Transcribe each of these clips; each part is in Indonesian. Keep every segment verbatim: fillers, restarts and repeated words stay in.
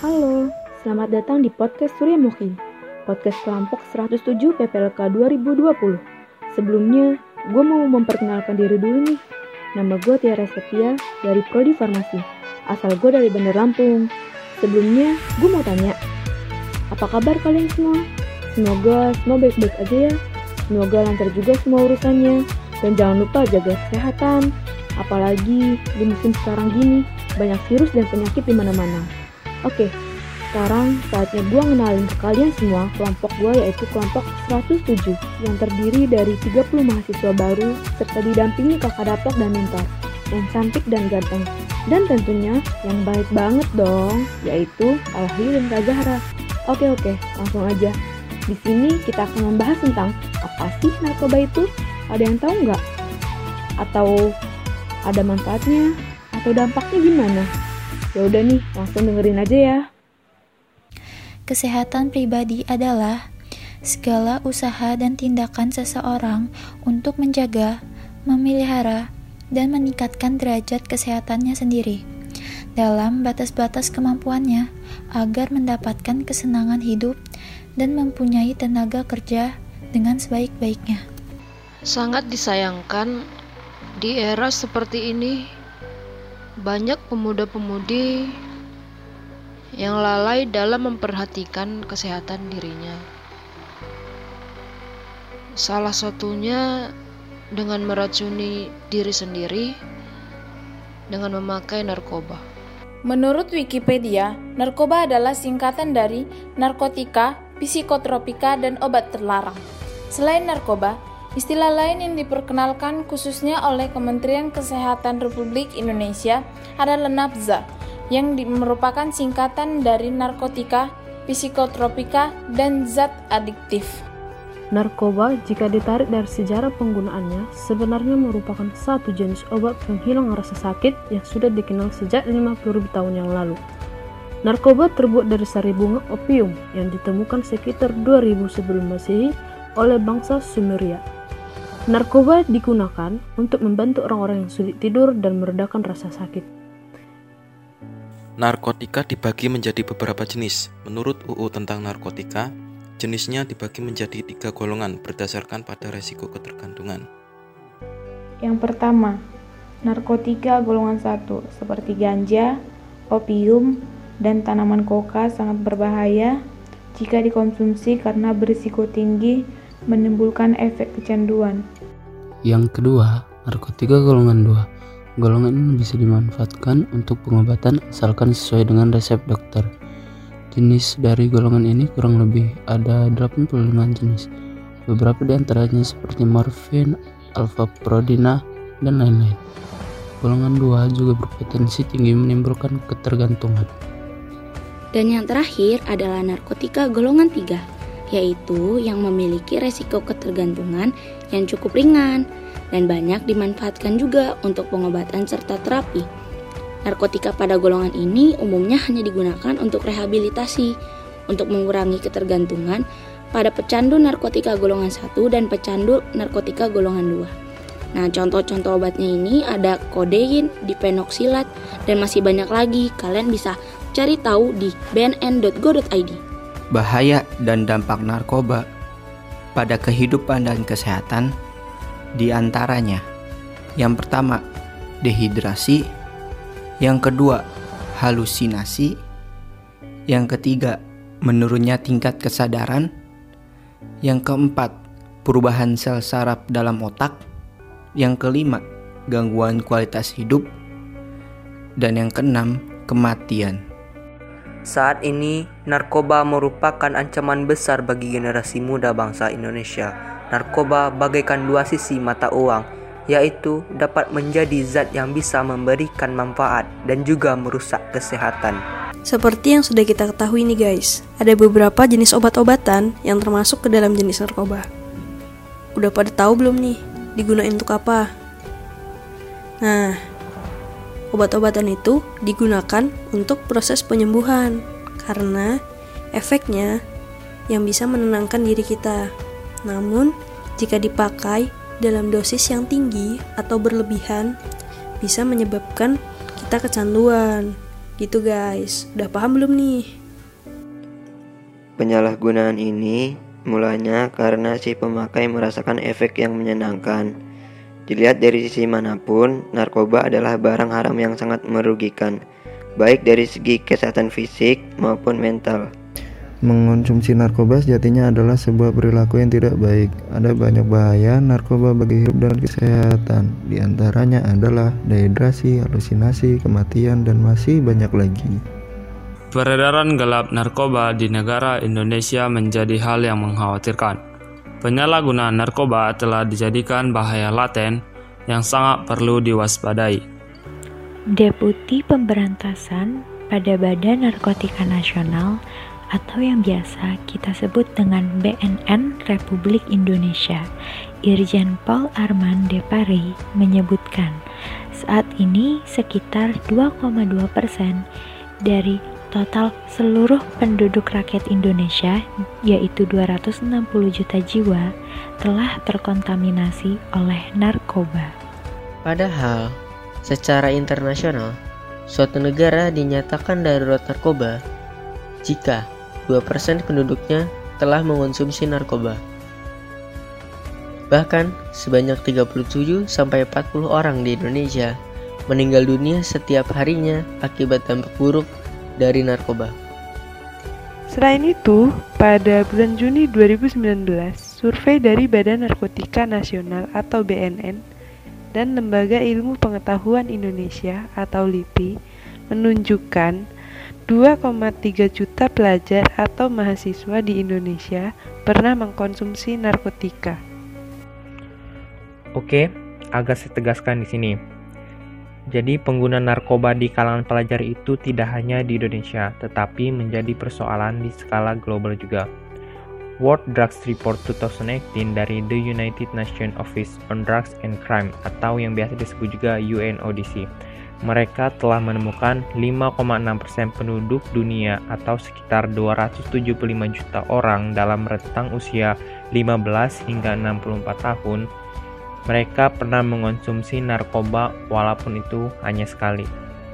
Halo, selamat datang di podcast Surya Muhi, podcast kelompok seratus tujuh P P L K dua ribu dua puluh. Sebelumnya, gue mau memperkenalkan diri dulu nih. Nama gue Tiara Setia dari Prodi Farmasi, asal gue dari Bandar Lampung. Sebelumnya, gue mau tanya, apa kabar kalian semua? Semoga semua baik-baik aja ya. Semoga lancar juga semua urusannya. Dan jangan lupa jaga kesehatan. Apalagi di musim sekarang gini, banyak virus dan penyakit di mana-mana. Oke, sekarang saatnya gue ngenalin ke kalian semua kelompok gue, yaitu kelompok seratus tujuh yang terdiri dari tiga puluh mahasiswa baru serta didampingi kakak daplok dan mentor yang cantik dan ganteng. Dan tentunya yang baik banget dong, yaitu Alhi dan Kak Zahra. Oke oke, langsung aja. Di sini kita akan membahas tentang apa sih narkoba itu? Ada yang tahu nggak? Atau ada manfaatnya? Atau dampaknya gimana? Ya udah nih, langsung dengerin aja ya. Kesehatan pribadi adalah segala usaha dan tindakan seseorang untuk menjaga, memelihara, dan meningkatkan derajat kesehatannya sendiri dalam batas-batas kemampuannya agar mendapatkan kesenangan hidup dan mempunyai tenaga kerja dengan sebaik-baiknya. Sangat disayangkan di era seperti ini banyak pemuda-pemudi yang lalai dalam memperhatikan kesehatan dirinya. Salah satunya dengan meracuni diri sendiri dengan memakai narkoba. Menurut Wikipedia, narkoba adalah singkatan dari narkotika, psikotropika, dan obat terlarang. Selain narkoba, istilah lain yang diperkenalkan khususnya oleh Kementerian Kesehatan Republik Indonesia adalah nafza, yang di, merupakan singkatan dari narkotika, psikotropika, dan zat adiktif. Narkoba, jika ditarik dari sejarah penggunaannya, sebenarnya merupakan satu jenis obat penghilang rasa sakit yang sudah dikenal sejak lima puluh ribu tahun yang lalu. Narkoba terbuat dari sari bunga opium yang ditemukan sekitar dua ribu sebelum Masehi oleh bangsa Sumeria. Narkoba digunakan untuk membantu orang-orang yang sulit tidur dan meredakan rasa sakit. Narkotika dibagi menjadi beberapa jenis. Menurut U U tentang narkotika, jenisnya dibagi menjadi tiga golongan berdasarkan pada resiko ketergantungan. Yang pertama, narkotika golongan satu seperti ganja, opium, dan tanaman koka sangat berbahaya jika dikonsumsi karena berisiko tinggi menimbulkan efek kecanduan. Yang kedua, narkotika golongan dua. Golongan ini bisa dimanfaatkan untuk pengobatan asalkan sesuai dengan resep dokter. Jenis dari golongan ini kurang lebih ada delapan puluh lima jenis. Beberapa di antaranya seperti morfin, alfaprodina, dan lain-lain. Golongan dua juga berpotensi tinggi menimbulkan ketergantungan. Dan yang terakhir adalah narkotika golongan tiga, yaitu yang memiliki resiko ketergantungan yang cukup ringan dan banyak dimanfaatkan juga untuk pengobatan serta terapi. Narkotika pada golongan ini umumnya hanya digunakan untuk rehabilitasi, untuk mengurangi ketergantungan pada pecandu narkotika golongan satu dan pecandu narkotika golongan dua. Nah, contoh-contoh obatnya ini ada kodein, dipenoksilat, dan masih banyak lagi. Kalian bisa cari tahu di b n n dot go dot i d. Bahaya dan dampak narkoba pada kehidupan dan kesehatan di antaranya: yang pertama, dehidrasi; yang kedua, halusinasi; yang ketiga, menurunnya tingkat kesadaran; yang keempat, perubahan sel saraf dalam otak; yang kelima, gangguan kualitas hidup; dan yang keenam, kematian. Saat ini, narkoba merupakan ancaman besar bagi generasi muda bangsa Indonesia. Narkoba bagaikan dua sisi mata uang, yaitu dapat menjadi zat yang bisa memberikan manfaat dan juga merusak kesehatan. Seperti yang sudah kita ketahui nih guys, ada beberapa jenis obat-obatan yang termasuk ke dalam jenis narkoba. Udah pada tahu belum nih, digunain untuk apa? Nah, obat-obatan itu digunakan untuk proses penyembuhan karena efeknya yang bisa menenangkan diri kita. Namun, jika dipakai dalam dosis yang tinggi atau berlebihan, bisa menyebabkan kita kecanduan. Gitu guys, udah paham belum nih? Penyalahgunaan ini mulanya karena si pemakai merasakan efek yang menyenangkan. Dilihat dari sisi manapun, narkoba adalah barang haram yang sangat merugikan, baik dari segi kesehatan fisik maupun mental. Mengonsumsi narkoba sejatinya adalah sebuah perilaku yang tidak baik. Ada banyak bahaya narkoba bagi hidup dan kesehatan. Di antaranya adalah dehidrasi, halusinasi, kematian, dan masih banyak lagi. Peredaran gelap narkoba di negara Indonesia menjadi hal yang mengkhawatirkan. Penyalahgunaan narkoba telah dijadikan bahaya laten yang sangat perlu diwaspadai. Deputi Pemberantasan pada Badan Narkotika Nasional atau yang biasa kita sebut dengan B N N Republik Indonesia, Irjen Paul Arman Depari menyebutkan, saat ini sekitar dua koma dua persen dari total seluruh penduduk rakyat Indonesia, yaitu dua ratus enam puluh juta jiwa, telah terkontaminasi oleh narkoba. Padahal, secara internasional, suatu negara dinyatakan darurat narkoba jika dua persen penduduknya telah mengonsumsi narkoba. Bahkan, sebanyak tiga puluh tujuh sampai empat puluh orang di Indonesia meninggal dunia setiap harinya akibat dampak buruk dari narkoba. Selain itu, pada bulan Juni dua ribu sembilan belas, survei dari Badan Narkotika Nasional atau B N N dan Lembaga Ilmu Pengetahuan Indonesia atau LIPI menunjukkan dua koma tiga juta pelajar atau mahasiswa di Indonesia pernah mengkonsumsi narkotika. Oke, agak saya tegaskan di sini. Jadi pengguna narkoba di kalangan pelajar itu tidak hanya di Indonesia, tetapi menjadi persoalan di skala global juga. World Drugs Report dua ribu delapan belas dari The United Nations Office on Drugs and Crime atau yang biasa disebut juga U N O D C. Mereka telah menemukan lima koma enam persen penduduk dunia atau sekitar dua ratus tujuh puluh lima juta orang dalam rentang usia lima belas hingga enam puluh empat tahun. Mereka pernah mengonsumsi narkoba walaupun itu hanya sekali.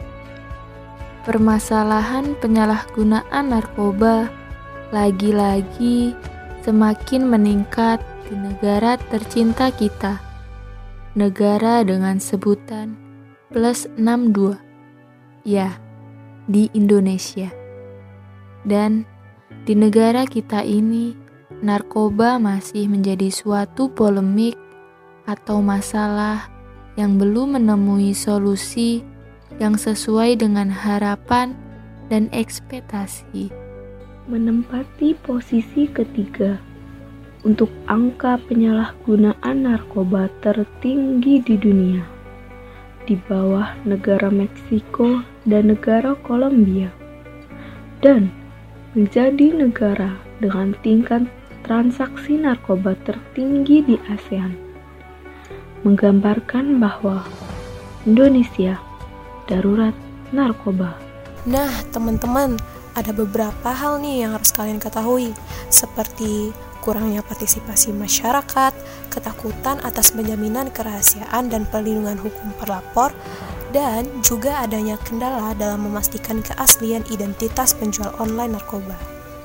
Permasalahan penyalahgunaan narkoba lagi-lagi semakin meningkat di negara tercinta kita. Negara dengan sebutan plus enam puluh dua. Ya, di Indonesia. Dan di negara kita ini, narkoba masih menjadi suatu polemik atau masalah yang belum menemui solusi yang sesuai dengan harapan dan ekspektasi. Menempati posisi ketiga untuk angka penyalahgunaan narkoba tertinggi di dunia, di bawah negara Meksiko dan negara Kolombia, dan menjadi negara dengan tingkat transaksi narkoba tertinggi di ASEAN. Menggambarkan bahwa Indonesia darurat narkoba. Nah, teman-teman, ada beberapa hal nih yang harus kalian ketahui, seperti kurangnya partisipasi masyarakat, ketakutan atas penjaminan kerahasiaan dan perlindungan hukum pelapor, dan juga adanya kendala dalam memastikan keaslian identitas penjual online narkoba.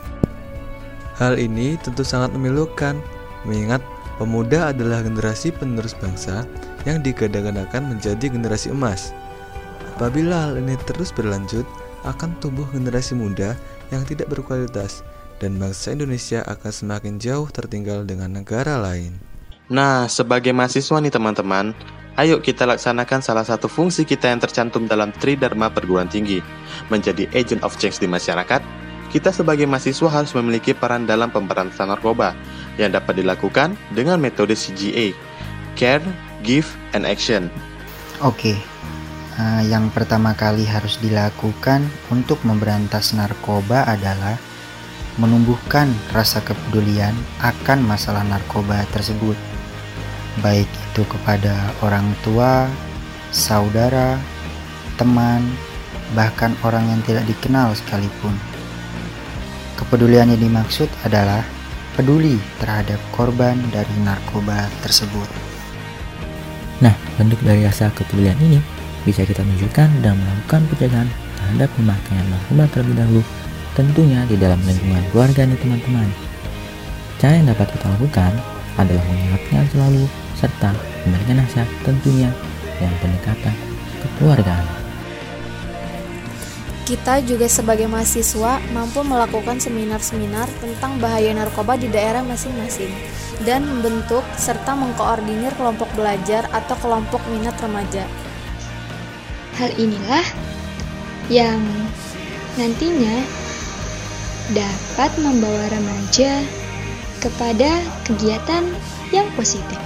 Hal ini tentu sangat memilukan, mengingat pemuda adalah generasi penerus bangsa yang digadang-gadangkan menjadi generasi emas. Apabila hal ini terus berlanjut, akan tumbuh generasi muda yang tidak berkualitas, dan bangsa Indonesia akan semakin jauh tertinggal dengan negara lain. Nah, sebagai mahasiswa nih teman-teman, ayo kita laksanakan salah satu fungsi kita yang tercantum dalam Tridharma Perguruan Tinggi, menjadi agent of change di masyarakat. Kita sebagai mahasiswa harus memiliki peran dalam pemberantasan narkoba yang dapat dilakukan dengan metode C G A, Care, Give, and Action. Oke, uh, yang pertama kali harus dilakukan untuk memberantas narkoba adalah menumbuhkan rasa kepedulian akan masalah narkoba tersebut, baik itu kepada orang tua, saudara, teman, bahkan orang yang tidak dikenal sekalipun. Kepedulian yang dimaksud adalah peduli terhadap korban dari narkoba tersebut. Nah, bentuk dari rasa kepedulian ini bisa kita tunjukkan dalam melakukan pencegahan terhadap pemakaian narkoba terlebih dahulu, tentunya di dalam lingkungan keluarga nih teman-teman. Cara yang dapat kita lakukan adalah mengingatkan selalu serta memberikan nasihat tentunya yang pendekatan kekeluargaan. Kita juga sebagai mahasiswa mampu melakukan seminar-seminar tentang bahaya narkoba di daerah masing-masing dan membentuk serta mengkoordinir kelompok belajar atau kelompok minat remaja. Hal inilah yang nantinya dapat membawa remaja kepada kegiatan yang positif,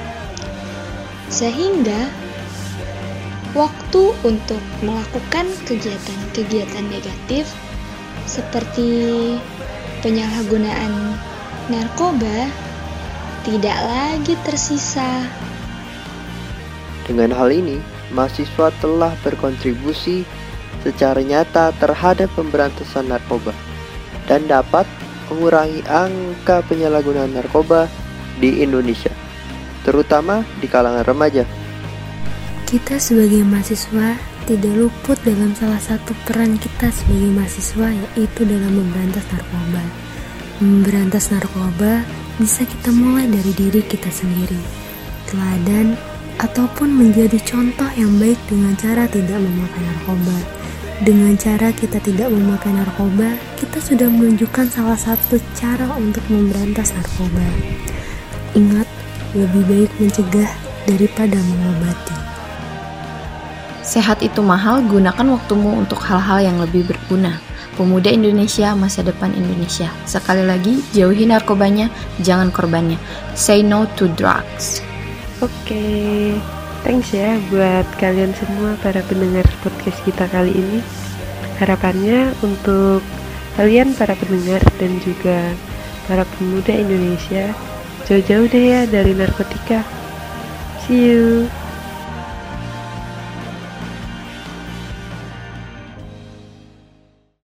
sehingga waktu untuk melakukan kegiatan-kegiatan negatif seperti penyalahgunaan narkoba tidak lagi tersisa. Dengan hal ini, mahasiswa telah berkontribusi secara nyata terhadap pemberantasan narkoba dan dapat mengurangi angka penyalahgunaan narkoba di Indonesia, terutama di kalangan remaja. Kita sebagai mahasiswa tidak luput dalam salah satu peran kita sebagai mahasiswa, yaitu dalam memberantas narkoba. Memberantas narkoba bisa kita mulai dari diri kita sendiri, teladan ataupun menjadi contoh yang baik dengan cara tidak memakai narkoba. Dengan cara kita tidak memakai narkoba, kita sudah menunjukkan salah satu cara untuk memberantas narkoba. Ingat, lebih baik mencegah daripada mengobati. Sehat itu mahal, gunakan waktumu untuk hal-hal yang lebih berguna. Pemuda Indonesia, masa depan Indonesia. Sekali lagi, jauhi narkobanya, jangan korbannya. Say no to drugs. Oke, okay. Thanks ya buat kalian semua para pendengar podcast kita kali ini. Harapannya untuk kalian para pendengar dan juga para pemuda Indonesia, jauh-jauh deh ya dari narkotika. See you.